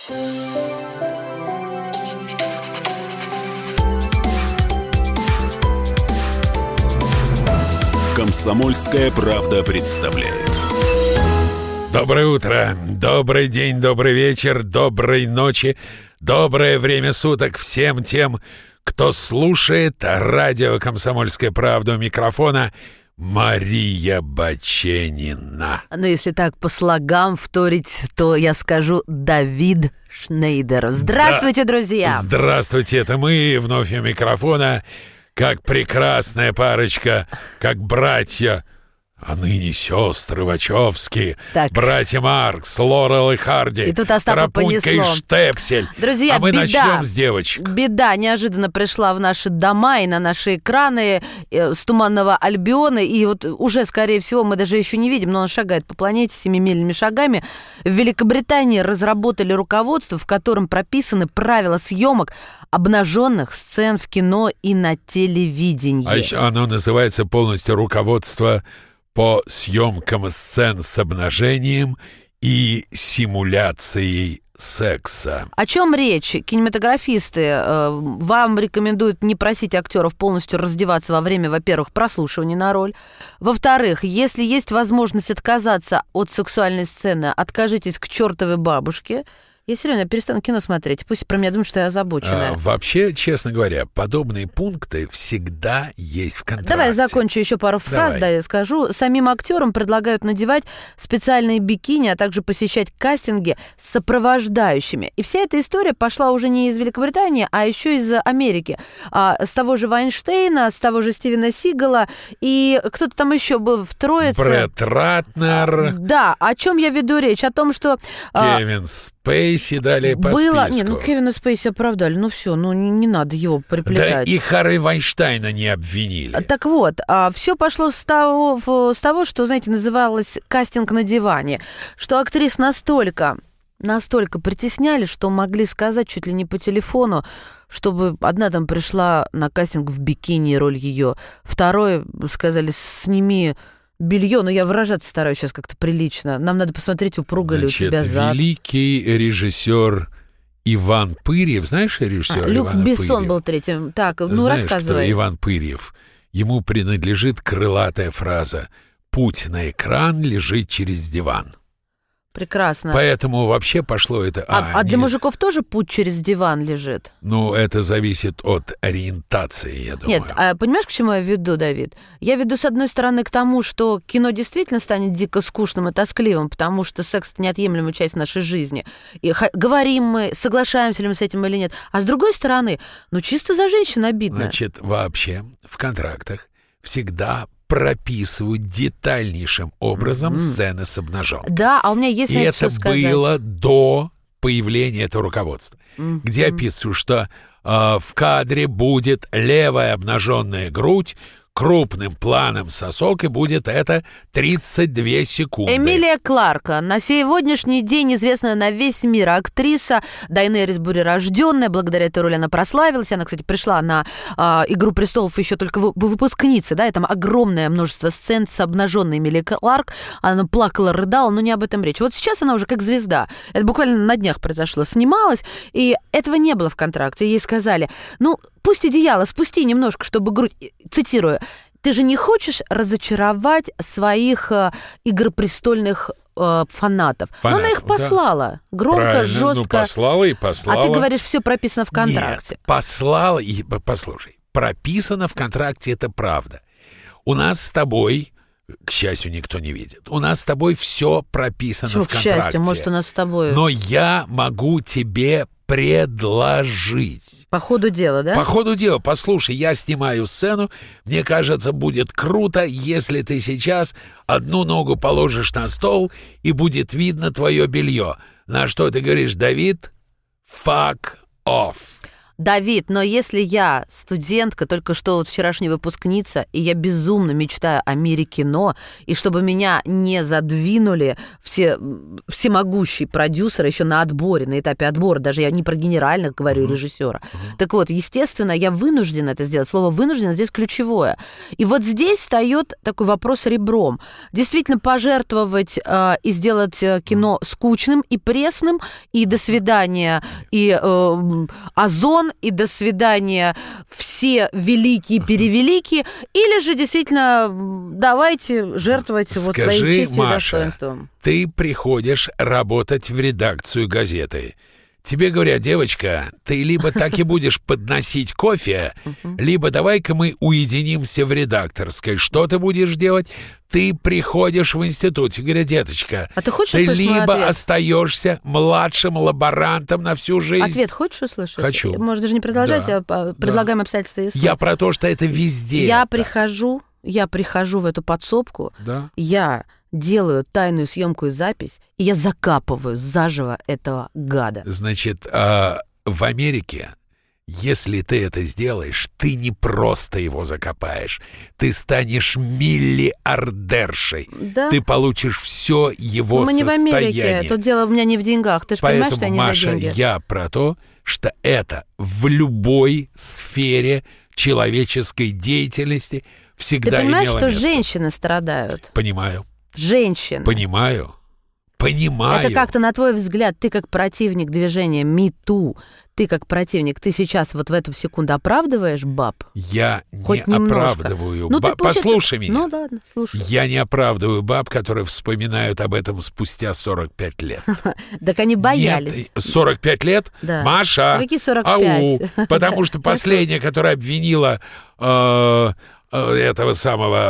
«Комсомольская правда» представляет. Доброе утро, добрый день, добрый вечер, доброй ночи, доброе время суток всем тем, кто слушает радио «Комсомольская правда», у микрофона Мария Баченина. Ну, если так по слогам вторить, то я скажу Давид Шнейдер. Здравствуйте, друзья! Здравствуйте, это мы вновь у микрофона, как прекрасная парочка, как братья, а ныне сестры Вачовски, так. Братья Маркс, Лорел и Харди, и тут Остапа Тарапунька и Штепсель. Друзья, а мы беда, начнем с девочек. Беда неожиданно пришла в наши дома и на наши экраны с Туманного Альбиона. И вот уже, скорее всего, мы даже еще не видим, но он шагает по планете семимильными шагами. В Великобритании разработали руководство, в котором прописаны правила съемок обнаженных сцен в кино и на телевидении. А еще оно называется полностью «Руководство по съемкам сцен с обнажением и симуляцией секса». О чем речь? Кинематографисты вам рекомендуют не просить актеров полностью раздеваться во время, во-первых, прослушивания на роль. Во-вторых, если есть возможность отказаться от сексуальной сцены, откажитесь к чертовой бабушке. Я серьезно, я перестану кино смотреть. Пусть про меня думают, что я озабоченная. Вообще, честно говоря, подобные пункты всегда есть в контракте. Давай я закончу еще пару фраз, да, я скажу. Самим актерам предлагают надевать специальные бикини, а также посещать кастинги с сопровождающими. И вся эта история пошла уже не из Великобритании, а еще из Америки. С того же Вайнштейна, с того же Стивена Сигала, и кто-то там еще был в троице. Брэд Ратнер. Да, о чем я веду речь? О том, что... Кевин Спейси далее по списку. Нет, ну Кевина Спейси оправдали, ну все, ну не надо его приплетать. Да и Харви Вайнштейна не обвинили. Так вот, все пошло с того, что, знаете, называлось кастинг на диване, что актрис настолько притесняли, что могли сказать чуть ли не по телефону, чтобы одна там пришла на кастинг в бикини, роль ее, второй сказали, сними белье, но я выражаться стараюсь сейчас как-то прилично. Нам надо посмотреть, упруго ли у тебя зад. Великий режиссер Иван Пырьев, знаешь режиссера Люк Ивана Бессон Пырьева? был третьим. Так, ну знаешь, рассказывай. Кто Иван Пырьев? Ему принадлежит крылатая фраза «Путь на экран лежит через диван». Прекрасно. Поэтому вообще пошло это... А для мужиков тоже путь через диван лежит? Ну, это зависит от ориентации, я думаю. Нет, понимаешь, к чему я веду, Давид? Я веду, с одной стороны, к тому, что кино действительно станет дико скучным и тоскливым, потому что секс — это неотъемлемая часть нашей жизни. И говорим мы, соглашаемся ли мы с этим или нет. А с другой стороны, ну, чисто за женщин обидно. Значит, вообще в контрактах всегда прописывают детальнейшим образом сцены с обнаженкой. Да, а у меня есть на это что сказать. И это было до появления этого руководства, где описывают, что в кадре будет левая обнаженная грудь, крупным планом сосок, и будет это 32 секунды. Эмилия Кларк, на сегодняшний день известная на весь мир актриса, Дайнерис Бурерожденная. Благодаря этой роли она прославилась. Она, кстати, пришла на «Игру престолов» еще только выпускница, да, и там огромное множество сцен с обнаженной Эмилией Кларк. Она плакала, рыдала, но не об этом речь. Вот сейчас она уже как звезда. Это буквально на днях произошло. Снималась, и этого не было в контракте. Ей сказали, ну, пусть одеяло спусти немножко, чтобы грудь... Цитирую. «Ты же не хочешь разочаровать своих игропрестольных фанатов?» Но она их послала. Да. Громко, правильно, жестко. Ну, послала и послала. А ты говоришь, все прописано в контракте. Нет, послала и... Послушай, прописано в контракте, это правда. У нас с тобой... К счастью, никто не видит. У нас с тобой все прописано в контракте. К счастью, может, у нас с тобой... Но я могу тебе предложить. По ходу дела, да? По ходу дела. Послушай, я снимаю сцену. Мне кажется, будет круто, если ты сейчас одну ногу положишь на стол, и будет видно твое белье. На что ты говоришь, Давид, fuck off. Давид, но если я студентка, только что вот вчерашняя выпускница, и я безумно мечтаю о мире кино, и чтобы меня не задвинули всемогущие продюсеры еще на отборе, на этапе отбора, даже я не про генеральных говорю, режиссера. Так вот, естественно, я вынуждена это сделать. Слово «вынуждена» здесь ключевое. И вот здесь встает такой вопрос ребром. Действительно, пожертвовать и сделать кино скучным и пресным, и до свидания, и Озон, и до свидания все великие-перевеликие, или же действительно давайте жертвовать вот своей честью и достоинством. Ты приходишь работать в редакцию газеты. Тебе говорят: девочка, ты либо так и будешь подносить кофе, либо давай-ка мы уединимся в редакторской. Что ты будешь делать? Ты приходишь в институт и говорят: деточка, а ты либо остаешься младшим лаборантом на всю жизнь. Ответ хочешь услышать? Хочу. Может, даже не продолжать, да. а предлагаем обстоятельства и исход. Я про то, что это везде. Я прихожу в эту подсобку, да. Я делаю тайную съемку и запись, и я закапываю заживо этого гада. Значит, в Америке, если ты это сделаешь, ты не просто его закопаешь, ты станешь миллиардершей. Да. Ты получишь все его состояние. Мы не в Америке, тут дело у меня не в деньгах. Ты же понимаешь, что я не Маша, за деньги. Я про то, что это в любой сфере человеческой деятельности всегда имело место. Ты понимаешь, что женщины страдают? Понимаю. Женщины. Понимаю. Это как-то, на твой взгляд, ты как противник движения MeToo, ты как противник, ты сейчас вот в эту секунду оправдываешь баб? Я хоть не немножко. Оправдываю баб. Послушай меня. Ну ладно, слушай. Я не оправдываю баб, которые вспоминают об этом спустя 45 лет. Так они боялись. Нет, 45 лет? Да. Маша! Какие 45? Потому что последняя, которая обвинила этого самого...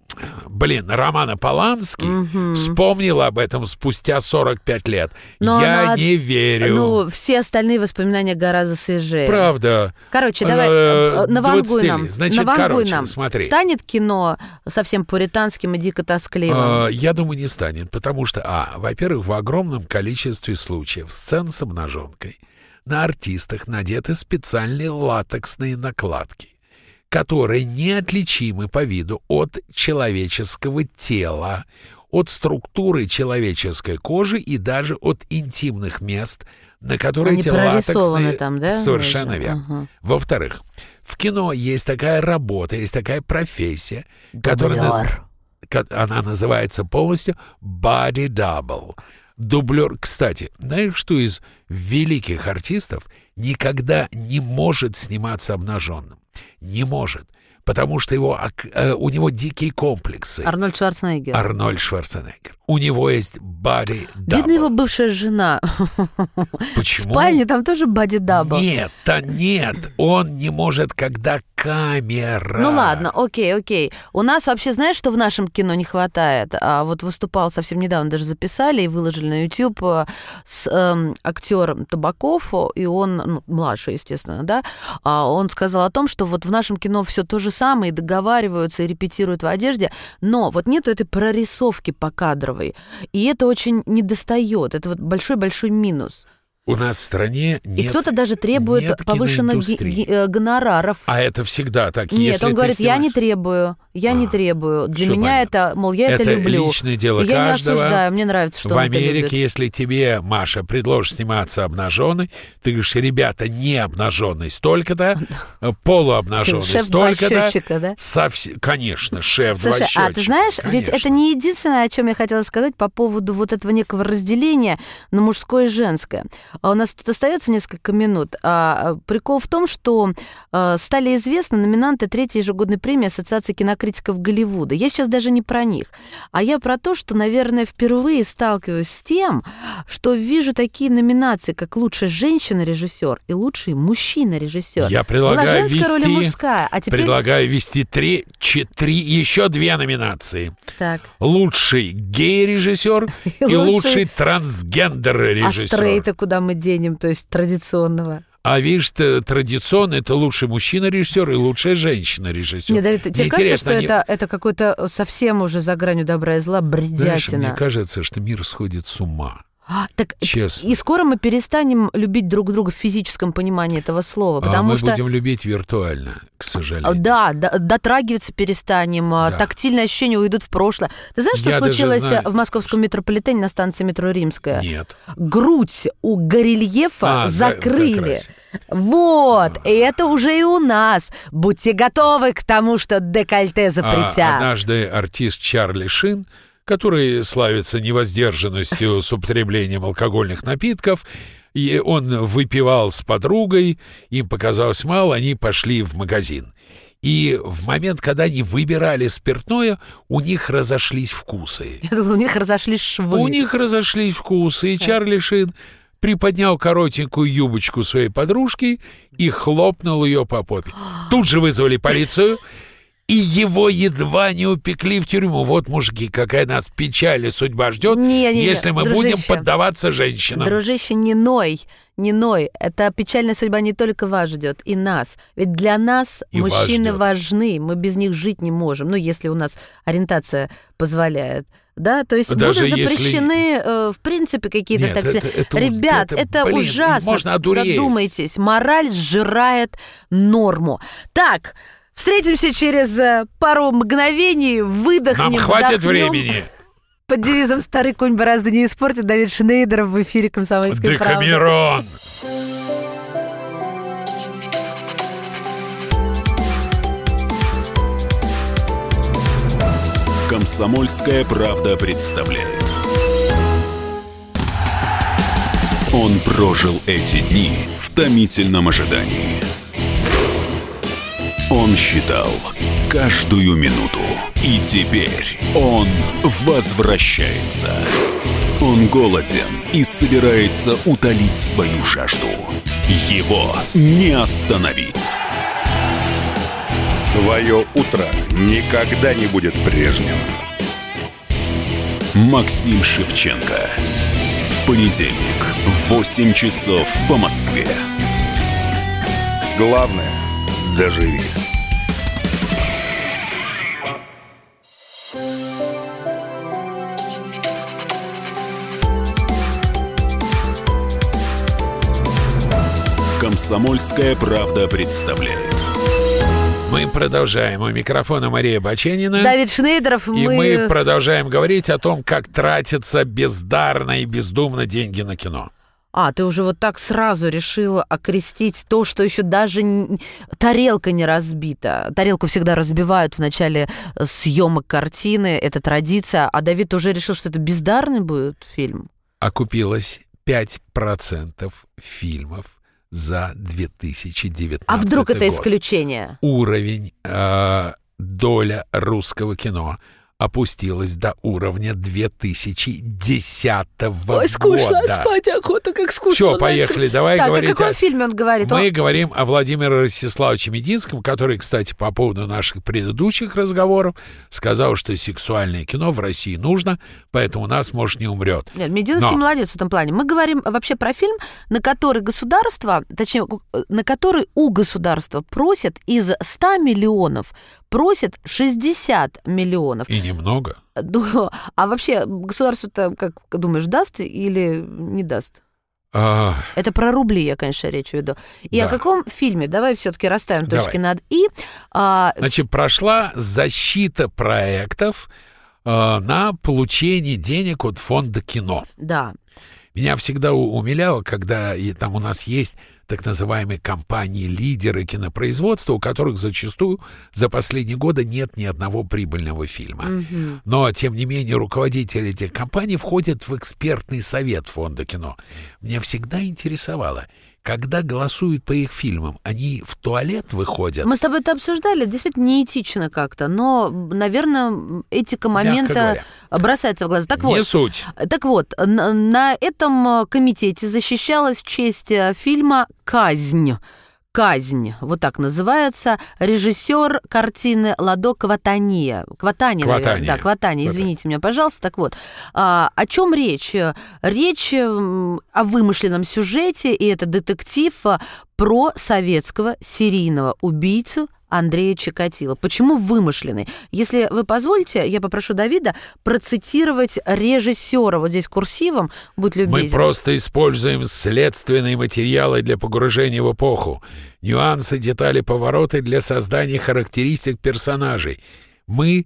Романа Полански вспомнила об этом спустя 45 лет. Я не верю. Все остальные воспоминания гораздо свежее. Правда. Короче, давай, навангуй нам. Значит, смотри. Станет кино совсем пуританским и дико тоскливым? Я думаю, не станет, потому что, во-первых, в огромном количестве случаев сцен с обнаженкой на артистах надеты специальные латексные накладки, которые неотличимы по виду от человеческого тела, от структуры человеческой кожи и даже от интимных мест, на которые эти латексные... Там, да? Совершенно верно. Во-вторых, в кино есть такая работа, есть такая профессия, которая она называется полностью body double. Дублер. Кстати, знаешь, что из великих артистов никогда не может сниматься обнаженным? Не может, потому что у него дикие комплексы. Арнольд Шварценеггер. У него есть body double. Видно, его бывшая жена. Почему? В спальне там тоже body double. Нет, он не может, когда камера. Ну ладно, окей. У нас вообще, знаешь, что в нашем кино не хватает? Вот выступал совсем недавно, даже записали и выложили на YouTube с актером Табаков, и он, младший, естественно, да, он сказал о том, что вот в нашем кино все то же самое, и договариваются, и репетируют в одежде, но вот нету этой прорисовки покадровой, и это очень недостает, это вот большой-большой минус. У нас в стране нет. И кто-то даже требует повышенных гонораров. А это всегда так. Нет, он говорит, я не требую. Для меня это, я это люблю. Это личное дело каждого. Я не осуждаю, мне нравится, что в он Америке, это любит. если тебе, Маша, предложат сниматься обнаженной, ты говоришь: ребята, не обнаженный столько-то, полуобнаженный столько-то. Шеф два счетчика, да? Конечно, шеф два счетчика. Слушай, ты знаешь, ведь это не единственное, о чем я хотела сказать по поводу вот этого некого разделения на мужское и женское. У нас тут остается несколько минут. Прикол в том, что стали известны номинанты 3-й ежегодной премии Ассоциации кинокритиков Голливуда. Я сейчас даже не про них, а я про то, что, наверное, впервые сталкиваюсь с тем, что вижу такие номинации, как лучшая женщина-режиссер и лучший мужчина-режиссер. Я предлагаю женская роль и мужская, а теперь... Предлагаю ввести еще 2 номинации. Так. Лучший гей-режиссер и лучший трансгендер-режиссер. А стрейта куда мы денем, то есть традиционного? А видишь, традиционно это лучший мужчина-режиссер и лучшая женщина-режиссер. Не, Давид, тебе кажется, что это какой-то совсем уже за гранью добра и зла бредятина? Знаешь, мне кажется, что мир сходит с ума. Так Честно. и скоро мы перестанем любить друг друга в физическом понимании этого слова, потому мы что... будем любить виртуально, к сожалению. Да, дотрагиваться перестанем, тактильные ощущения уйдут в прошлое. Ты знаешь, что случилось в московском метрополитене на станции метро Римская? Нет. Грудь у горельефа закрыли. Вот, и это уже и у нас. Будьте готовы к тому, что декольте запретят. Однажды артист Чарли Шин, который славится невоздержанностью с употреблением алкогольных напитков, и он выпивал с подругой, им показалось мало, они пошли в магазин. И в момент, когда они выбирали спиртное, у них разошлись вкусы. Я думала, у них разошлись швы. У них разошлись вкусы, и Чарли Шин приподнял коротенькую юбочку своей подружки и хлопнул ее по попе. Тут же вызвали полицию, и его едва не упекли в тюрьму. Вот, мужики, какая нас печаль и судьба ждет, если мы будем поддаваться женщинам. Дружище, не ной. Это печальная судьба не только вас ждет, и нас. Ведь для нас и мужчины важны, мы без них жить не можем. Ну, если у нас ориентация позволяет. Да, то есть даже будут запрещены, в принципе, какие-то... Ребят, это ужасно. Можно одуреть. Задумайтесь, мораль сжирает норму. Так... Встретимся через пару мгновений, выдохнем, нам хватит вдохнем. Времени. Под девизом «Старый конь борозду не испортит» Давид Шнейдеров в эфире «Комсомольской правды». Декамерон. «Комсомольская правда» представляет. Он прожил эти дни в томительном ожидании. Он считал каждую минуту. И теперь он возвращается. Он голоден и собирается утолить свою жажду. Его не остановить. Твое утро никогда не будет прежним. Максим Шевченко. В понедельник в 8 часов по Москве. Главное – доживи. «Комсомольская правда» представляет. Мы продолжаем. У микрофона Мария Баченина. Давид Шнейдеров. И мы продолжаем говорить о том, как тратятся бездарно и бездумно деньги на кино. Ты уже вот так сразу решила окрестить то, что еще даже тарелка не разбита. Тарелку всегда разбивают в начале съемок картины, это традиция. А Давид уже решил, что это бездарный будет фильм. Окупилось 5% фильмов за 2019 А вдруг это год. Исключение? Уровень, доля русского кино опустилась до уровня 2010 года. Ой, скучно, спать охота, как скучно. Все, поехали, давай говорить. О каком фильме он говорит? Мы говорим о Владимире Ростиславовиче Мединском, который, кстати, по поводу наших предыдущих разговоров сказал, что сексуальное кино в России нужно, поэтому у нас, может, не умрет. Нет, Мединский молодец в этом плане. Мы говорим вообще про фильм, на который государство, точнее, на который у государства просят из 100 миллионов, просят 60 миллионов. И немного. А вообще государство-то, как думаешь, даст или не даст? Это про рубли я, конечно, речь веду. И о каком фильме? Давай все-таки расставим точки над «и». Значит, прошла защита проектов на получение денег от фонда кино. Да. Меня всегда умиляло, когда там у нас есть так называемые компании-лидеры кинопроизводства, у которых зачастую за последние годы нет ни одного прибыльного фильма. Mm-hmm. Но, тем не менее, руководители этих компаний входят в экспертный совет фонда кино. Меня всегда интересовало, когда голосуют по их фильмам, они в туалет выходят? Мы с тобой это обсуждали, действительно неэтично как-то, но, наверное, этика момента бросается в глаза. Так вот, не суть. Так вот, на этом комитете защищалась честь фильма «Казнь». «Казнь», вот так называется, режиссер картины Ладо Кватания. Кватания, извините меня, пожалуйста. Так вот, о чем речь? Речь о вымышленном сюжете, и это детектив про советского серийного убийцу Андрея Чикатило. Почему вымышленный? Если вы позволите, я попрошу Давида процитировать режиссера. Вот здесь курсивом, будь любезен. Мы просто используем следственные материалы для погружения в эпоху. Нюансы, детали, повороты для создания характеристик персонажей. Мы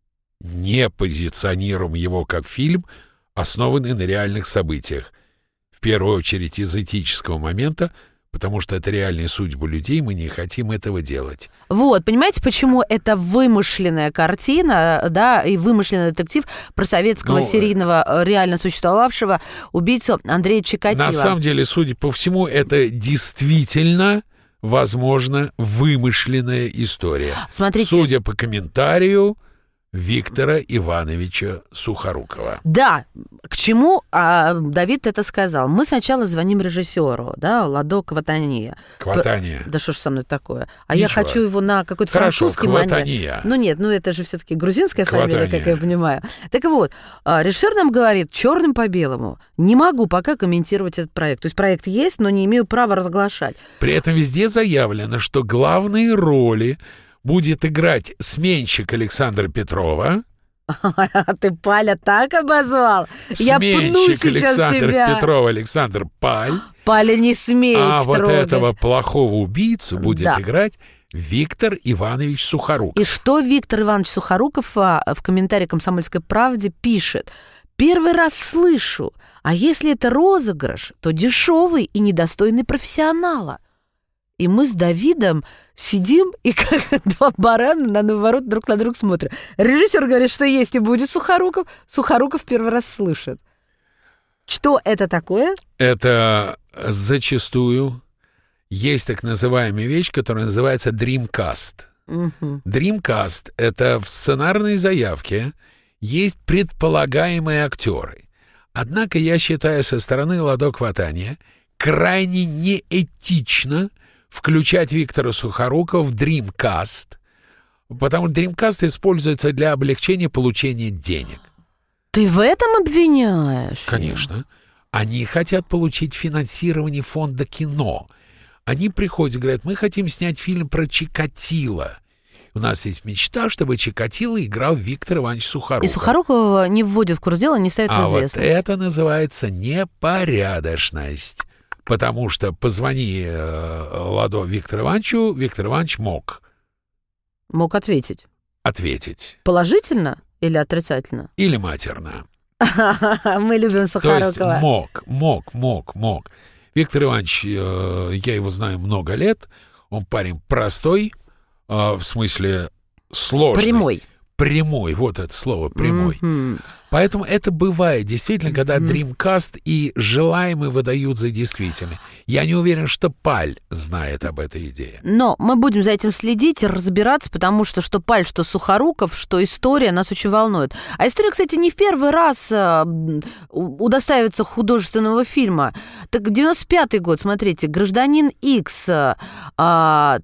не позиционируем его как фильм, основанный на реальных событиях. В первую очередь из этического момента, потому что это реальные судьбы людей, мы не хотим этого делать. Вот, понимаете, почему это вымышленная картина, да, и вымышленный детектив про советского серийного, реально существовавшего убийцу Андрея Чикатило? На самом деле, судя по всему, это действительно, возможно, вымышленная история. Смотрите. Судя по комментарию Виктора Ивановича Сухорукова. Да, к чему Давид это сказал? Мы сначала звоним режиссеру, да, Ладо Кватания. Кватания. Да что ж со мной такое? А Ничего. я хочу его на какой-то Хорошо, французский манер. Кватания. Ну нет, это же все-таки грузинская фамилия, Кватания. как я понимаю. Так вот, режиссер нам говорит черным по белому: не могу пока комментировать этот проект. То есть проект есть, но не имею права разглашать. При этом везде заявлено, что главные роли будет играть сменщик Александра Петрова. Ты Паля так обозвал? Я пну Сменщик сейчас Александра тебя. Петрова Александр Паль. Паля не смеет А вот трогать. этого плохого убийцу будет Да. играть Виктор Иванович Сухоруков. И что Виктор Иванович Сухоруков в комментарии «Комсомольской правде» пишет? «Первый раз слышу, а если это розыгрыш, то дешевый и недостойный профессионала». И мы с Давидом сидим и как два барана на наворот друг на друга смотрим. Режиссер говорит, что есть и будет Сухоруков. Сухоруков первый раз слышит. Что это такое? Это зачастую есть так называемая вещь, которая называется Dreamcast. Угу. Dreamcast — это в сценарной заявке есть предполагаемые актеры. Однако я считаю со стороны Ладо Кватания крайне неэтично включать Виктора Сухорукова в Dreamcast, потому что Dreamcast используется для облегчения получения денег. Ты в этом обвиняешь? Конечно. Они хотят получить финансирование фонда кино. Они приходят и говорят: мы хотим снять фильм про Чикатило. У нас есть мечта, чтобы Чикатило играл Виктор Иванович Сухоруков. И Сухорукова не вводят в курс дела, не ставят в известность. Вот это называется непорядочность. Потому что позвони Ладо Виктору Ивановичу, Виктор Иванович мог Мог ответить. Положительно или отрицательно? Или матерно. Мы любим То есть Сухорукова. мог. Виктор Иванович, я его знаю много лет, он парень простой, в смысле сложный. Прямой, вот это слово, прямой. Мгм. Поэтому это бывает действительно, когда Dreamcast и желаемый выдают за действительный. Я не уверен, что Паль знает об этой идее. Но мы будем за этим следить и разбираться, потому что Паль, что Сухоруков, что история нас очень волнует. А история, кстати, не в первый раз удостаивается художественного фильма. Так 95-й год, смотрите, «Гражданин Икс». Там,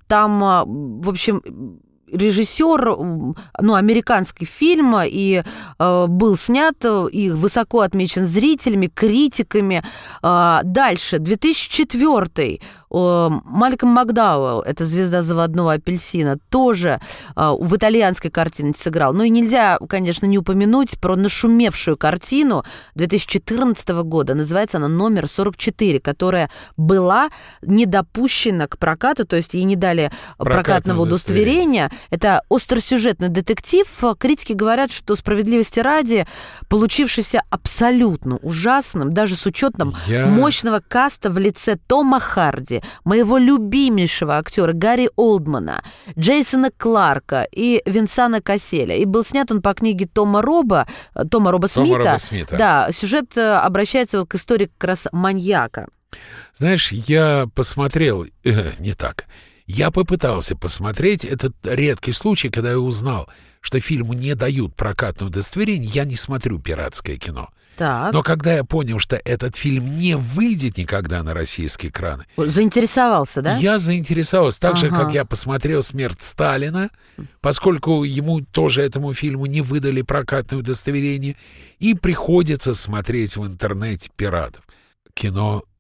в общем, режиссер, американский фильм, и был снят, и высоко отмечен зрителями, критиками. Дальше, 2004-й, Малькольм Макдауэлл, это звезда заводного апельсина, тоже в итальянской картине сыграл. Ну и нельзя, конечно, не упомянуть про нашумевшую картину 2014 года, называется она «Номер 44», которая была не допущена к прокату, то есть ей не дали прокатного удостоверения. Это остросюжетный детектив. Критики говорят, что справедливости ради, получившийся абсолютно ужасным, даже с учетом мощного каста в лице Тома Харди, моего любимейшего актера Гарри Олдмана, Джейсона Кларка и Винсана Касселя. И был снят он по книге Тома Роба Смита. Да, сюжет обращается вот к истории как раз маньяка. Знаешь, я посмотрел, не так. Я попытался посмотреть, этот редкий случай, когда я узнал, что фильму не дают прокатное удостоверение, я не смотрю пиратское кино. Так. Но когда я понял, что этот фильм не выйдет никогда на российские экраны... Заинтересовался, да? Я заинтересовался. Так же, как я посмотрел «Смерть Сталина», поскольку ему тоже, этому фильму, не выдали прокатное удостоверение, и приходится смотреть в интернете пиратов. Кино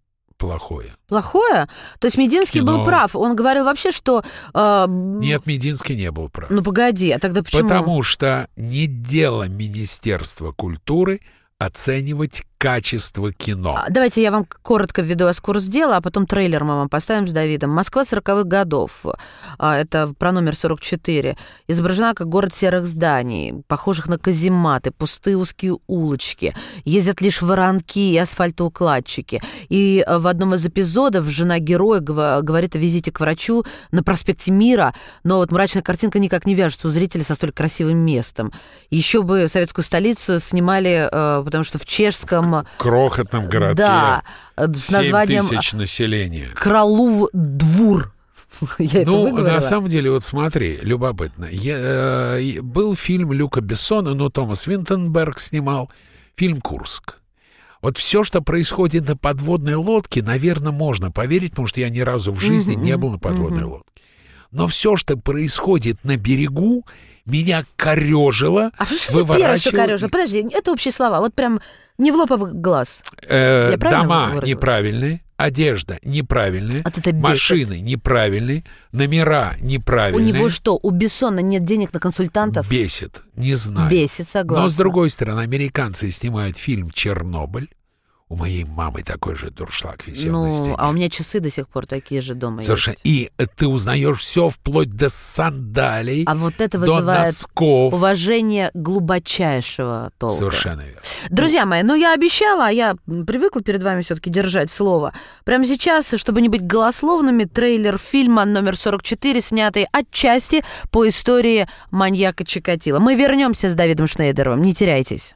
плохое. Плохое? То есть Мединский был прав. Он говорил вообще, что... Нет, Мединский не был прав. Ну, погоди, а тогда почему? Потому что не дело Министерства культуры оценивать качество кино. Давайте я вам коротко введу экскурс дела, а потом трейлер мы вам поставим с Давидом. Москва 40-х годов. Это про номер 44. Изображена как город серых зданий, похожих на казематы, пустые узкие улочки. Ездят лишь воронки и асфальтоукладчики. И в одном из эпизодов жена героя говорит о визите к врачу на проспекте Мира, но вот мрачная картинка никак не вяжется у зрителя со столь красивым местом. Еще бы советскую столицу снимали, потому что в чешском крохотном городке, да, с названием 7 тысяч населения. Кралув двор. На самом деле, вот смотри, любопытно. Был фильм Люка Бессона, но Томас Винтенберг снимал фильм «Курск». Вот все, что происходит на подводной лодке, наверное, можно поверить, потому что я ни разу в жизни не был на подводной лодке. Но все, что происходит на берегу, меня корежило, а что первое, что корежило? Подожди, это общие слова. Вот прям не в лоб, а в глаз. Дома неправильные, одежда неправильная, машины неправильные, номера неправильные. У него что, у Бессона нет денег на консультантов? Бесит, не знаю. Бесит, согласна. Но, с другой стороны, американцы снимают фильм «Чернобыль». У моей мамы такой же дуршлаг висел на стене. А у меня часы до сих пор такие же дома совершенно есть. И ты узнаешь все вплоть до сандалий, а вот это до вызывает носков. Уважение глубочайшего толка. Совершенно верно. Друзья мои, я обещала, а я привыкла перед вами все-таки держать слово. Прямо сейчас, чтобы не быть голословными, трейлер фильма номер 44, снятый отчасти по истории маньяка Чикатило. Мы вернемся с Давидом Шнейдеровым, не теряйтесь.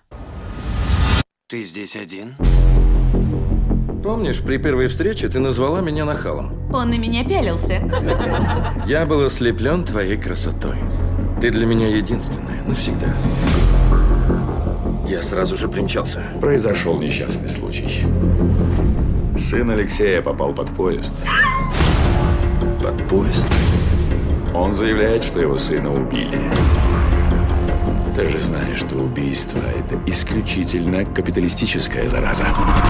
Ты здесь один? Помнишь, при первой встрече ты назвала меня нахалом? Он на меня пялился. Я был ослеплен твоей красотой. Ты для меня единственная, навсегда. Я сразу же примчался. Произошел несчастный случай. Сын Алексея попал под поезд. Под поезд? Он заявляет, что его сына убили. Ты же знаешь, что убийство – это исключительно капиталистическая зараза.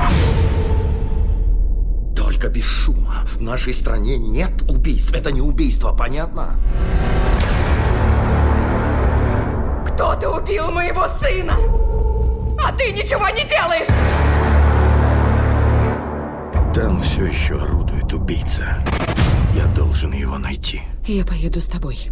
Только без шума. В нашей стране нет убийств. Это не убийство, понятно? Кто-то убил моего сына, а ты ничего не делаешь! Там все еще орудует убийца. Я должен его найти. Я поеду с тобой.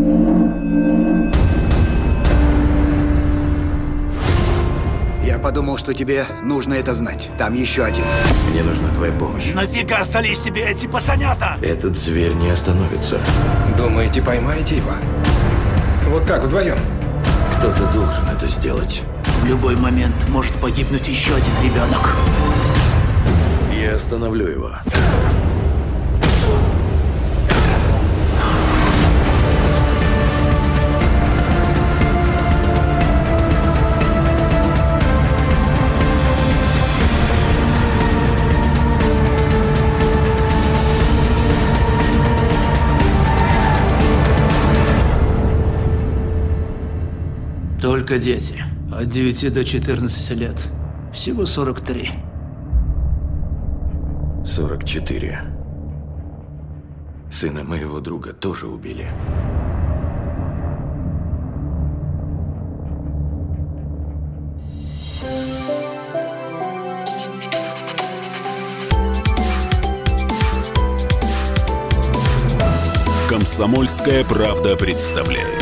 Я подумал, что тебе нужно это знать. Там еще один. Мне нужна твоя помощь. Нафига остались тебе эти пацанята? Этот зверь не остановится. Думаете, поймаете его? Вот так, вдвоем? Кто-то должен это сделать. В любой момент может погибнуть еще один ребенок. Я остановлю его. Только дети. От 9 до 14 лет. Всего 43. 44. Сына моего друга тоже убили. «Комсомольская правда» представляет.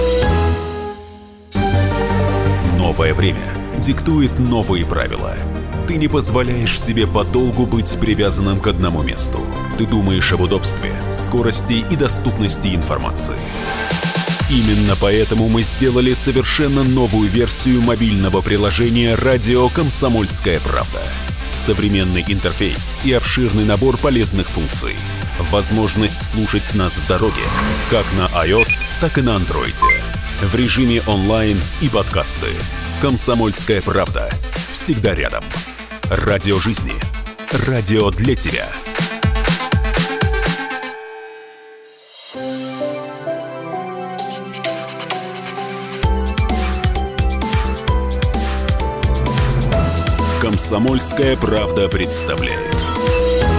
Новое время диктует новые правила. Ты не позволяешь себе подолгу быть привязанным к одному месту. Ты думаешь об удобстве, скорости и доступности информации. Именно поэтому мы сделали совершенно новую версию мобильного приложения «Радио Комсомольская правда». Современный интерфейс и обширный набор полезных функций. Возможность слушать нас в дороге, как на iOS, так и на Android. В режиме онлайн и подкасты. «Комсомольская правда». Всегда рядом. Радио жизни. Радио для тебя. «Комсомольская правда» представляет.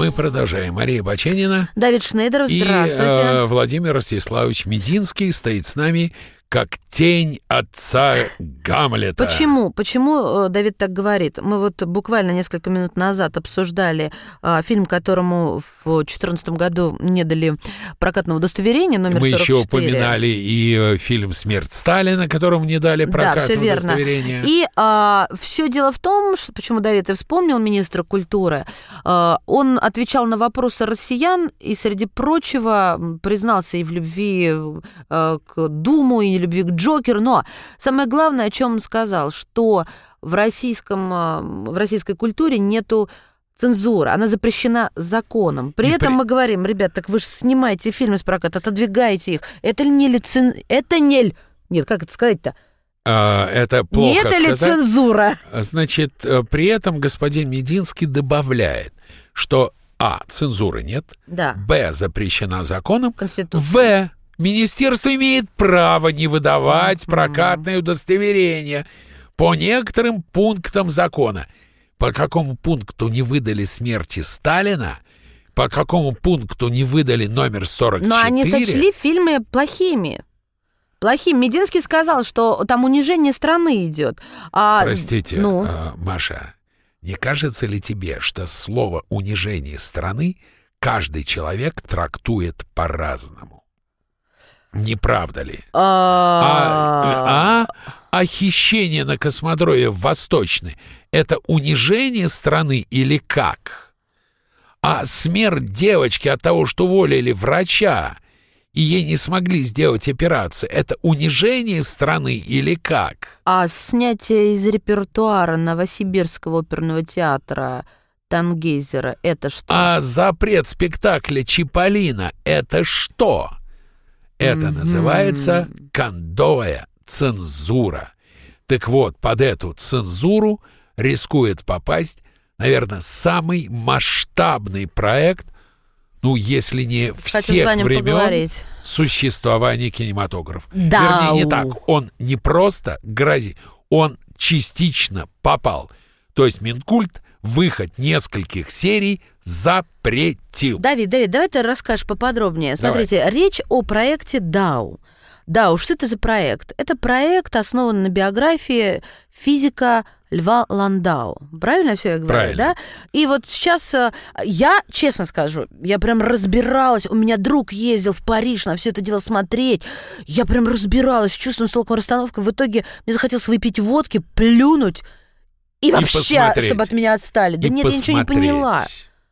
Мы продолжаем. Мария Баченина. Давид Шнейдеров, здравствуйте. И Владимир Ростиславович Мединский стоит с нами, как тень отца Гамлета. Почему Давид так говорит? Мы вот буквально несколько минут назад обсуждали фильм, которому в 2014 году не дали прокатного удостоверения, номер 44. Мы еще упоминали и фильм «Смерть Сталина», которому не дали прокатного удостоверения. И все дело в том, что, почему Давид и вспомнил министра культуры, он отвечал на вопросы россиян и, среди прочего, признался и в любви к Думу, и любви к Джокеру, но самое главное, о чем он сказал, что в российской культуре нету цензуры, она запрещена законом. При этом мы говорим, ребят, так вы же снимаете фильмы с проката, отодвигаете их. Это не Нет, как это сказать-то? Это плохо не это сказать. ли цензура? Значит, при этом господин Мединский добавляет, что цензуры нет, да. Запрещена законом, Министерство имеет право не выдавать прокатное удостоверение по некоторым пунктам закона. По какому пункту не выдали смерти Сталина, по какому пункту не выдали номер 44. Но они сочли фильмы плохими. Мединский сказал, что там унижение страны идет. Простите, Маша, не кажется ли тебе, что слово «унижение страны» каждый человек трактует по-разному? Не правда ли? Хищение на космодроме в Восточной — это унижение страны или как? А смерть девочки от того, что уволили врача, и ей не смогли сделать операцию, это унижение страны или как? А снятие из репертуара Новосибирского оперного театра Тангейзера — это что? А запрет спектакля «Чиполлино» — это что? Это называется кондовая цензура. Так вот, под эту цензуру рискует попасть, наверное, самый масштабный проект, если не всех времен существования кинематографа. Да. Вернее, не так. Он не просто грозит, он частично попал. То есть Минкульт выход нескольких серий запретил. Давид, давай ты расскажешь поподробнее. Смотрите, речь о проекте «Дау». «Дау», что это за проект? Это проект, основан на биографии физика Льва Ландау. Правильно все я говорю, правильно. Да? И вот сейчас я, честно скажу, я прям разбиралась. У меня друг ездил в Париж на все это дело смотреть. Я прям разбиралась с чувством, с толком расстановкой. В итоге мне захотелось выпить водки, плюнуть и вообще, посмотреть. Чтобы от меня отстали. Да и нет, посмотреть. Я ничего не поняла.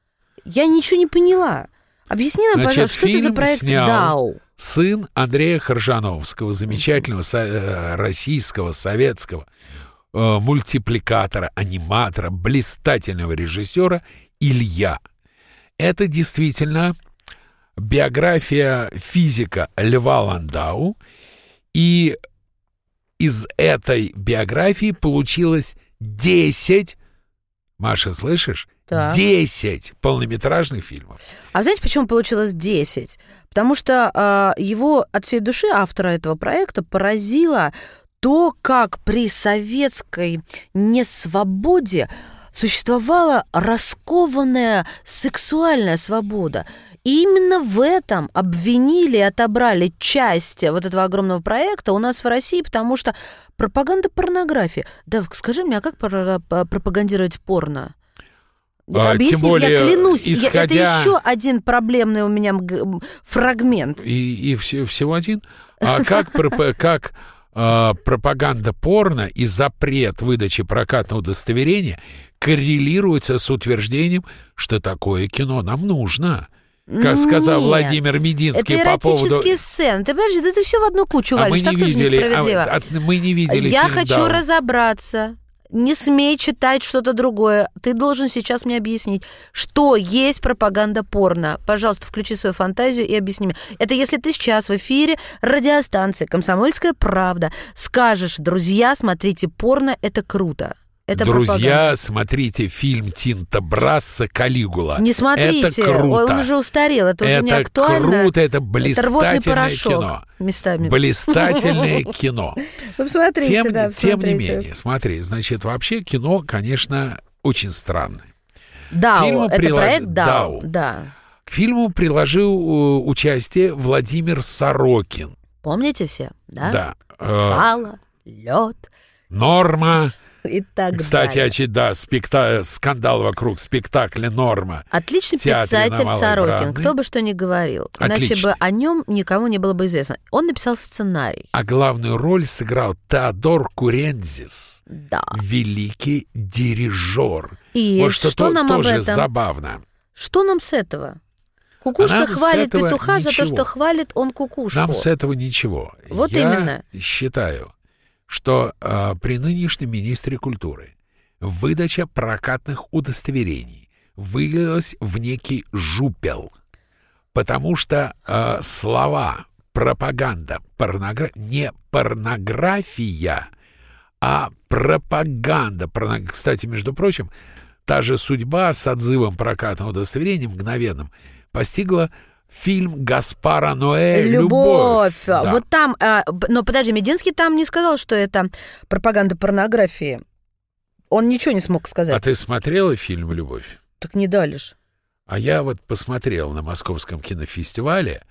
Я ничего не поняла. Объясни нам, пожалуйста, что это за проект «Дау»? Сын Андрея Хоржановского, замечательного российского, советского мультипликатора, аниматора, блистательного режиссера Илья. Это действительно биография физика Льва Ландау. И из этой биографии получилось 10, Маша, слышишь? Так. 10 полнометражных фильмов. А знаете, почему получилось 10? Потому что его от всей души, автора этого проекта, поразило то, как при советской несвободе существовала раскованная сексуальная свобода. И именно в этом обвинили и отобрали часть вот этого огромного проекта у нас в России, потому что пропаганда порнографии. Да, скажи мне, а как пропагандировать порно? Объясни, тем более, я клянусь, исходя... это еще один проблемный у меня фрагмент. И всего один? А как пропаганда порно и запрет выдачи прокатного удостоверения коррелируется с утверждением, что такое кино нам нужно? Как сказал Владимир Мединский это по поводу... Это эротические сцены. Ты подожди, да ты все в одну кучу валишь. Мы не видели, мы не видели Я фильм хочу «Дау». разобраться. Не смей читать что-то другое. Ты должен сейчас мне объяснить, что есть пропаганда порно. Пожалуйста, включи свою фантазию и объясни мне. Это если ты сейчас в эфире радиостанции «Комсомольская правда» скажешь: друзья, смотрите порно, это круто. Это друзья, пропаганда. Смотрите фильм Тинто Брасса «Калигула». Не смотрите, это круто. Он уже устарел, это уже не актуально. Это круто, это блистательное кино. Местами. Блистательное кино. Вы посмотрите, Тем не менее, смотри, значит, вообще кино, конечно, очень странное. DAO, это проект DAO. Да. К фильму приложил участие Владимир Сорокин. Помните все, да? Да. Сало, лед. Норма. И так Кстати, далее. скандал вокруг спектакля «Норма». Отличный писатель Сорокин, кто бы что ни говорил. Иначе бы о нем никому не было бы известно. Он написал сценарий. А главную роль сыграл Теодор Курензис. Да. Великий дирижер. И вот что нам об тоже этом? Забавно. Что нам с этого? Кукушка хвалит петуха ничего. за то, что хвалит он кукушку. Нам с этого ничего. Вот Я именно. считаю, что при нынешнем министре культуры выдача прокатных удостоверений вылилась в некий жупел, потому что слова пропаганда, не порнография, а пропаганда. Кстати, между прочим, та же судьба с отзывом прокатного удостоверения мгновенным постигла фильм Гаспара Ноэ «Любовь». Да. Вот там, но подожди, Мединский там не сказал, что это пропаганда порнографии. Он ничего не смог сказать. А ты смотрела фильм «Любовь»? Так не дали ж. А я вот посмотрел на Московском кинофестивале,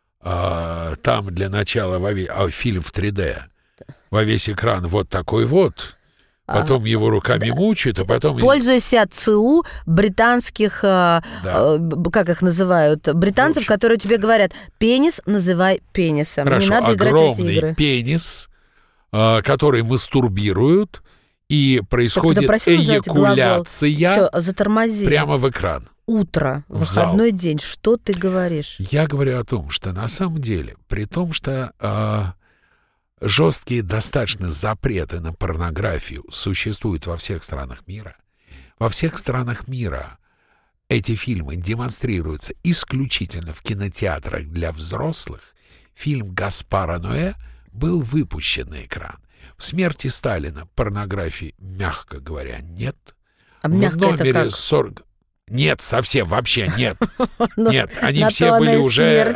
там для начала фильм в 3D, во весь экран вот такой вот. Потом его руками мучают, а потом... Пользуйся ЦУ британских, как их называют, британцев, которые тебе говорят, пенис называй пенисом. Хорошо, не надо играть в эти игры. Огромный пенис, который мастурбируют, и происходит эякуляция. Всё, затормози. Прямо в экран. Утро, выходной день. Что ты говоришь? Я говорю о том, что на самом деле, при том, что... жесткие достаточно запреты на порнографию существуют во всех странах мира. Во всех странах мира эти фильмы демонстрируются исключительно в кинотеатрах для взрослых. Фильм Гаспара Ноэ был выпущен на экран. В «Смерти Сталина» порнографии, мягко говоря, нет. А мягко в номере это как? 40... Нет, совсем, вообще нет. Нет, они все были уже...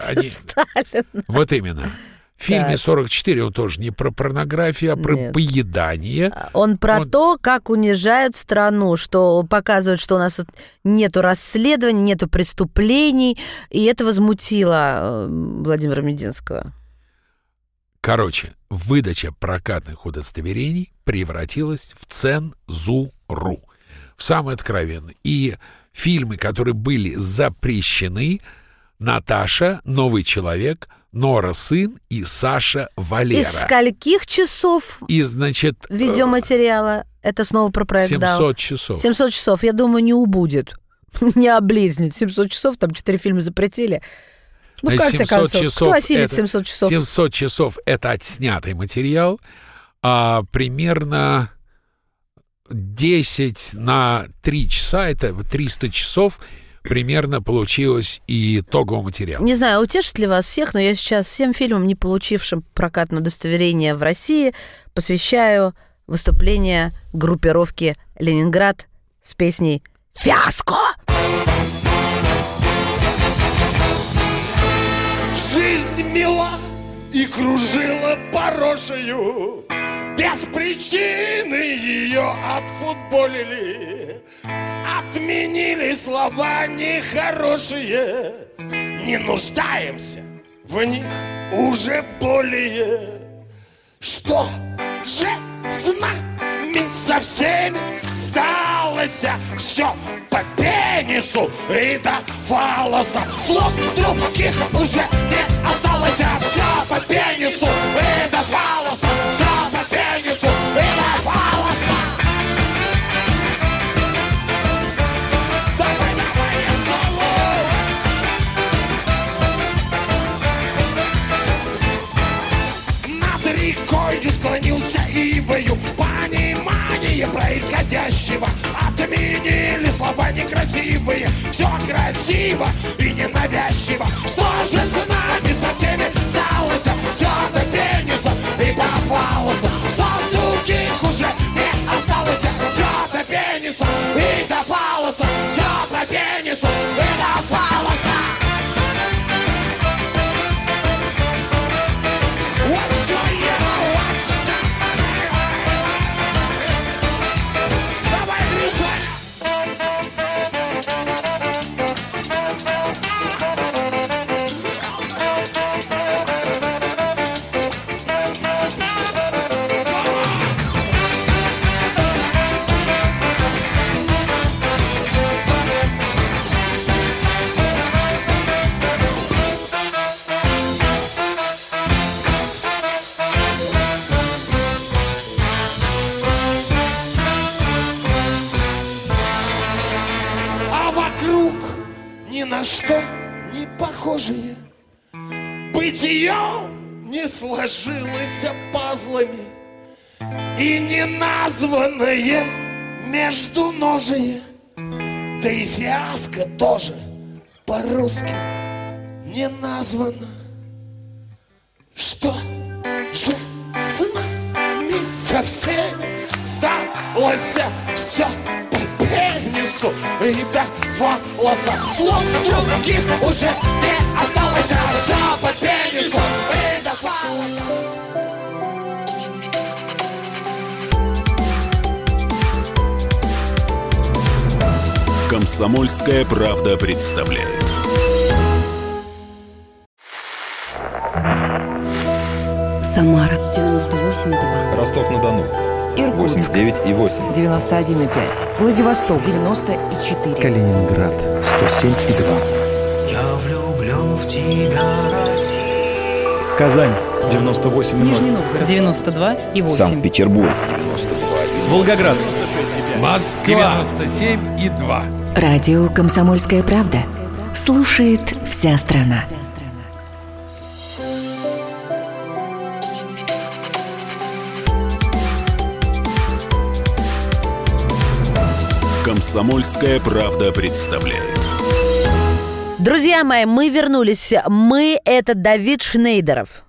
Вот именно. В фильме «44» он тоже не про порнографию, а про поедание. Он про то, как унижают страну, что показывают, что у нас нету расследований, нету преступлений, и это возмутило Владимира Мединского. Короче, выдача прокатных удостоверений превратилась в цензуру. В самый откровенный. И фильмы, которые были запрещены, «Наташа», «Новый человек», «Нора сын» и «Саша Валера». Из скольких часов видеоматериала? Это снова про проект DAO. 700 часов. 700 часов, я думаю, не убудет. Не облизнет. 700 часов, там 4 фильма запретили. Ну, в конце концов, кто осилит 700 часов? 700 часов — это отснятый материал, а примерно 10 на 3 часа, это 300 часов, примерно получилось и итоговый материал. Не знаю, утешит ли вас всех, но я сейчас всем фильмам, не получившим прокатное удостоверение в России, посвящаю выступление группировки «Ленинград» с песней «Фиаско». Жизнь мила и кружила порошею, без причины ее отфутболили. Отменили слова нехорошие, не нуждаемся в них уже более. Что же с нами со всеми сталось? Все по пенису и до фалоса. Слов других уже не осталось. Все по пенису и до фалоса. Все по пенису и до фалоса. Рекой склонился ивою, понимание происходящего. Отменили слова некрасивые, все красиво и ненавязчиво. Что же с нами со всеми сталось? Все до пениса и до фалоса. Что других уже не осталось? Все до пениса и до фалоса. Все до пениса и до фалоса. что не похожие. Бытие не сложилось пазлами, и не названное междуножие, да и фиаско тоже по-русски не названо. Что же с нами со всеми сталось? Все по пенису и до волоса. Слов других уже не осталось, а все по пенису и до волоса. «Комсомольская правда» представляет. Самара 98,2. Ростов-на-Дону. Иркутск 89,8. 91,5. Владивосток 94. Калининград 107,2. Я влюблен в тебя, Россия. Казань 98,0. Нижний Новгород 92,8. Санкт-Петербург 92,1. Волгоград Москва 97,2. Радио «Комсомольская правда». Слушает вся страна. «Комсомольская правда» представляет. Друзья мои, мы вернулись. Мы — это Давид Шнейдеров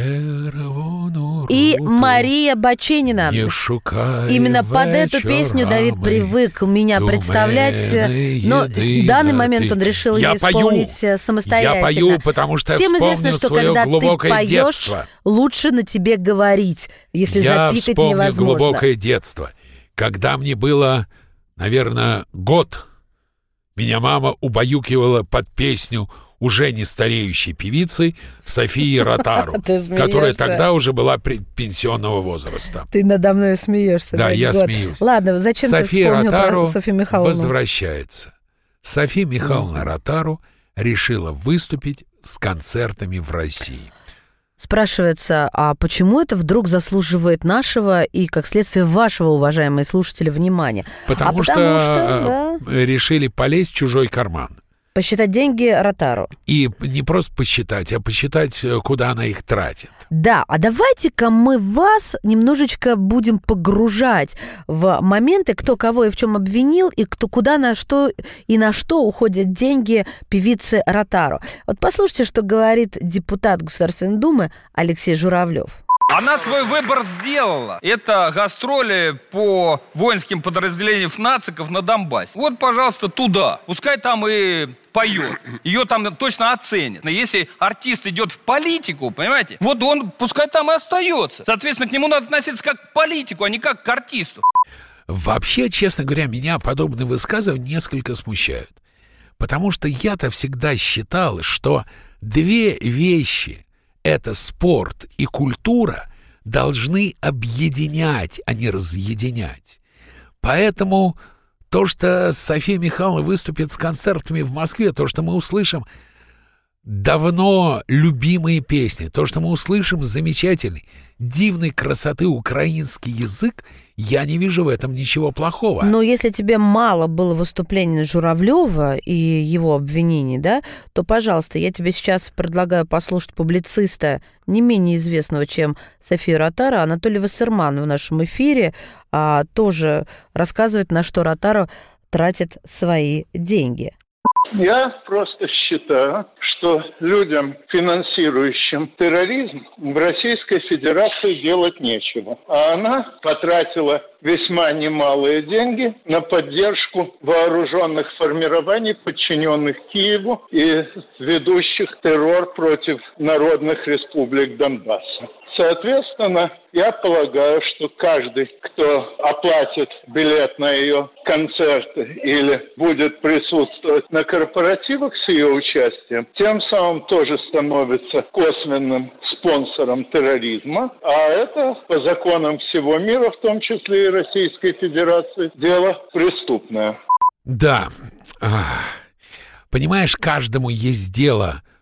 и Мария Баченина. Именно под эту песню Давид привык меня представлять, но в данный момент он решил ее исполнить самостоятельно. Я пою, потому что всем вспомнил известно, что свое когда глубокое ты поешь, детство. лучше на тебе говорить, если запикать Я вспомнил невозможно. глубокое детство, когда мне было, наверное, год. Меня мама убаюкивала под песню уже не стареющей певицы Софии Ротару, которая тогда уже была пенсионного возраста. Ты надо мной смеешься. Да, я смеюсь. Ладно, зачем София ты вспомнил Ротару про Софью Михайловну? возвращается. София Михайловна Ротару решила выступить с концертами в России. Спрашивается, а почему это вдруг заслуживает нашего и, как следствие, вашего, уважаемые слушатели, внимания? Потому что решили полезть в чужой карман. Посчитать деньги Ротару. И не просто посчитать, а посчитать, куда она их тратит. Да, а давайте-ка мы вас немножечко будем погружать в моменты, кто кого и в чем обвинил, и кто куда, на что и на что уходят деньги певицы Ротару. Вот послушайте, что говорит депутат Государственной Думы Алексей Журавлев. Она свой выбор сделала. Это гастроли по воинским подразделениям нациков на Донбассе. Вот, пожалуйста, туда. Пускай там и поет. Ее там точно оценят. Но если артист идет в политику, понимаете, вот он пускай там и остается. Соответственно, к нему надо относиться как к политику, а не как к артисту. Вообще, честно говоря, меня подобные высказывания несколько смущают. Потому что я-то всегда считал, что две вещи — это спорт и культура — должны объединять, а не разъединять. Поэтому то, что София Михайловна выступит с концертами в Москве, то, что мы услышим давно любимые песни, то, что мы услышим замечательный, дивной красоты украинский язык, я не вижу в этом ничего плохого. Но если тебе мало было выступления Журавлева и его обвинений, да, то, пожалуйста, я тебе сейчас предлагаю послушать публициста, не менее известного, чем София Ротару, Анатолия Вассермана в нашем эфире, тоже рассказывает, на что Ротару тратит свои деньги. Я просто считаю, что людям, финансирующим терроризм, в Российской Федерации делать нечего. А она потратила весьма немалые деньги на поддержку вооруженных формирований, подчиненных Киеву и ведущих террор против народных республик Донбасса. Соответственно, я полагаю, что каждый, кто оплатит билет на ее концерт или будет присутствовать на корпоративах с ее участием, тем самым тоже становится косвенным спонсором терроризма. А это по законам всего мира, в том числе и Российской Федерации, дело преступное. Да. Понимаешь, каждому есть дело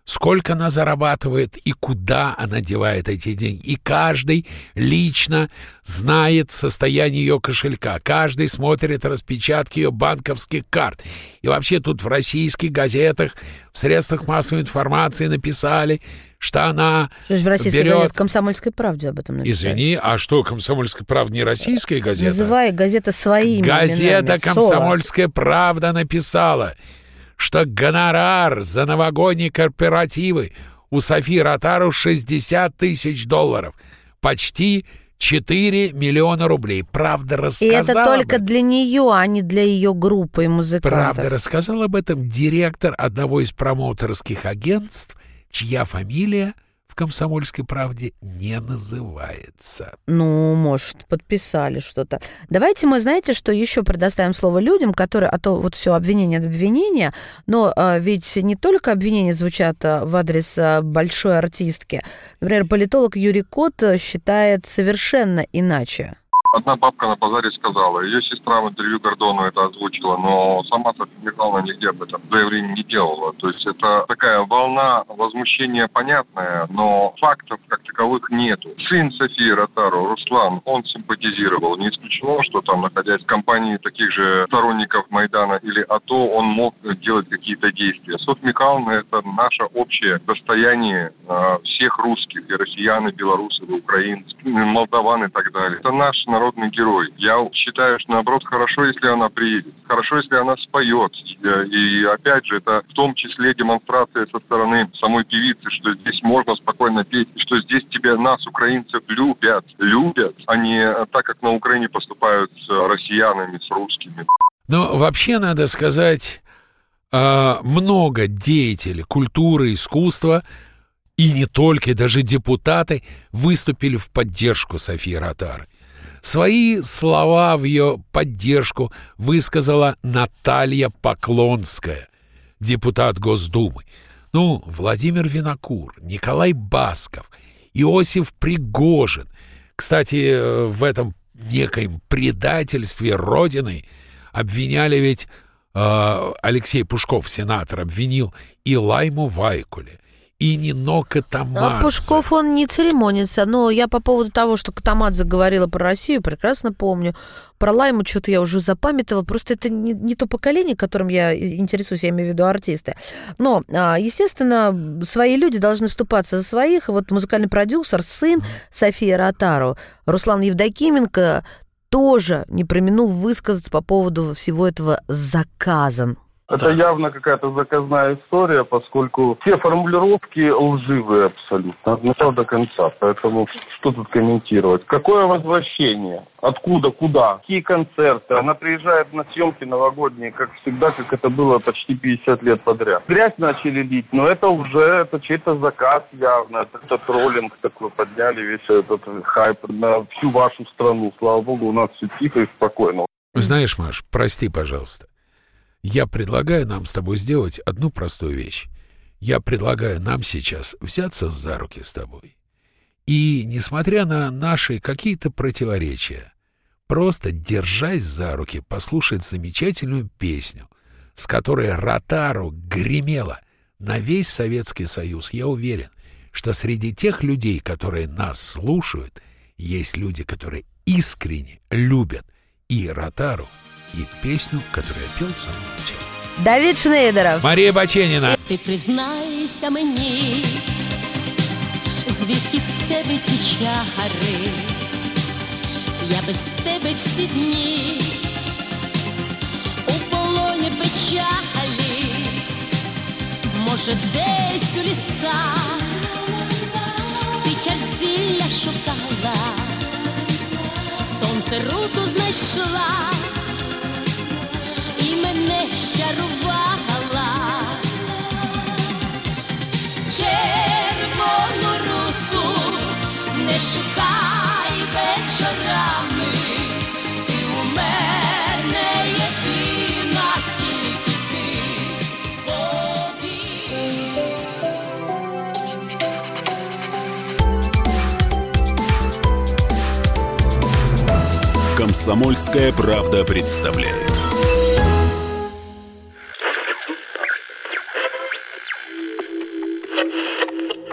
сколько она зарабатывает и куда она девает эти деньги. И каждый лично знает состояние ее кошелька. Каждый смотрит распечатки ее банковских карт. И вообще тут в российских газетах, в средствах массовой информации написали, что она в российской газете «Комсомольской правде» об этом написали. Извини, а что, «Комсомольская правда» не российская газета? Называй газета своими газета именами. «Комсомольская правда» написала, что гонорар за новогодние корпоративы у Софии Ротару $60 тысяч. Почти 4 миллиона рублей. Правда рассказала. И это только для нее, а не для ее группы и музыкантов. Правда рассказал об этом директор одного из промоутерских агентств, чья фамилия в «Комсомольской правде» не называется. Ну, может, подписали что-то. Давайте мы, знаете, что еще предоставим слово людям, которые, а то вот все обвинение от обвинения, но ведь не только обвинения звучат в адрес большой артистки. Например, политолог Юрий Кот считает совершенно иначе. Одна бабка на базаре сказала, ее сестра в интервью Гордону это озвучила, но сама Софья Михайловна нигде об этом заявление не делала. То есть это такая волна возмущения понятная, но фактов как таковых нету. Сын Софии Ротару, Руслан, он симпатизировал. Не исключено, что там, находясь в компании таких же сторонников Майдана или АТО, он мог делать какие-то действия. Софья Михайловна – это наше общее достояние всех русских, и россиян, и белорусы, и украинцы, и молдаван и так далее. Это наш народный герой. Я считаю, что наоборот хорошо, если она приедет. Хорошо, если она споет. И опять же, это в том числе демонстрация со стороны самой певицы, что здесь можно спокойно петь, что здесь тебя, нас, украинцев, любят, а не так, как на Украине поступают с россиянами, с русскими. Но вообще, надо сказать, много деятелей культуры, искусства, и не только, даже депутаты выступили в поддержку Софии Ротары. Свои слова в ее поддержку высказала Наталья Поклонская, депутат Госдумы. Владимир Винокур, Николай Басков, Иосиф Пригожин. Кстати, в этом некоем предательстве Родины обвиняли ведь Алексей Пушков, сенатор, обвинил и Лайму Вайкуле, и Нино Катамадзе. А Пушков, он не церемонится. Но я по поводу того, что Катамадзе говорила про Россию, прекрасно помню. Про Лайму что-то я уже запамятовала. Просто это не то поколение, которым я интересуюсь, я имею в виду артисты. Но, естественно, свои люди должны вступаться за своих. И вот музыкальный продюсер, сын Софии Ротару, Руслан Евдокименко, тоже не преминул высказаться по поводу всего этого «заказан». Это явно какая-то заказная история, поскольку все формулировки лживые абсолютно, от начала до конца. Поэтому что тут комментировать? Какое возвращение? Откуда? Куда? Какие концерты? Она приезжает на съемки новогодние, как всегда, как это было почти 50 лет подряд. Грязь начали лить, но это уже чей-то заказ явно. Это троллинг такой, подняли весь этот хайп на всю вашу страну. Слава богу, у нас все тихо и спокойно. Знаешь, Маш, прости, пожалуйста. Я предлагаю нам с тобой сделать одну простую вещь. Я предлагаю нам сейчас взяться за руки с тобой. И, несмотря на наши какие-то противоречия, просто, держась за руки, послушать замечательную песню, с которой Ротару гремела на весь Советский Союз. Я уверен, что среди тех людей, которые нас слушают, есть люди, которые искренне любят и Ротару, и песню, которую я пел в самом начале. Давид Шнейдеров. Марія Баченіна. Ти признайся мені, звідки в тебе ті чари, я без тебе всі дні, у полоні печалі, може десь у лісах, ти чарзілля шукала, сонце руту знайшла, і мене щарувала. Червону руту не шукай вечорами, ти у мене єдина, тільки ти повір. «Комсомольская правда» представляет.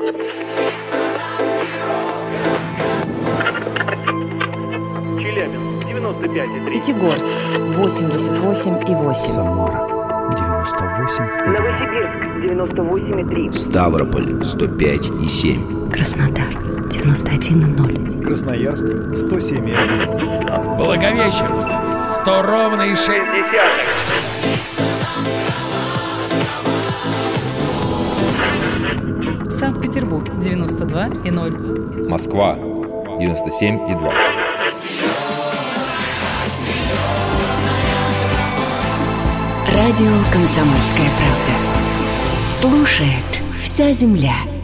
Челябинск, 95,3. Пятигорск, 88,8. Самара, 98,2. Новосибирск, 98,3. Ставрополь, 105,7. Краснодар, 91,0. Красноярск, 107,1. Благовещенск, 100 ровно и 6. Санкт-Петербург, 92,0. Москва, 97,2. Радио «Комсомольская правда». Слушает вся земля.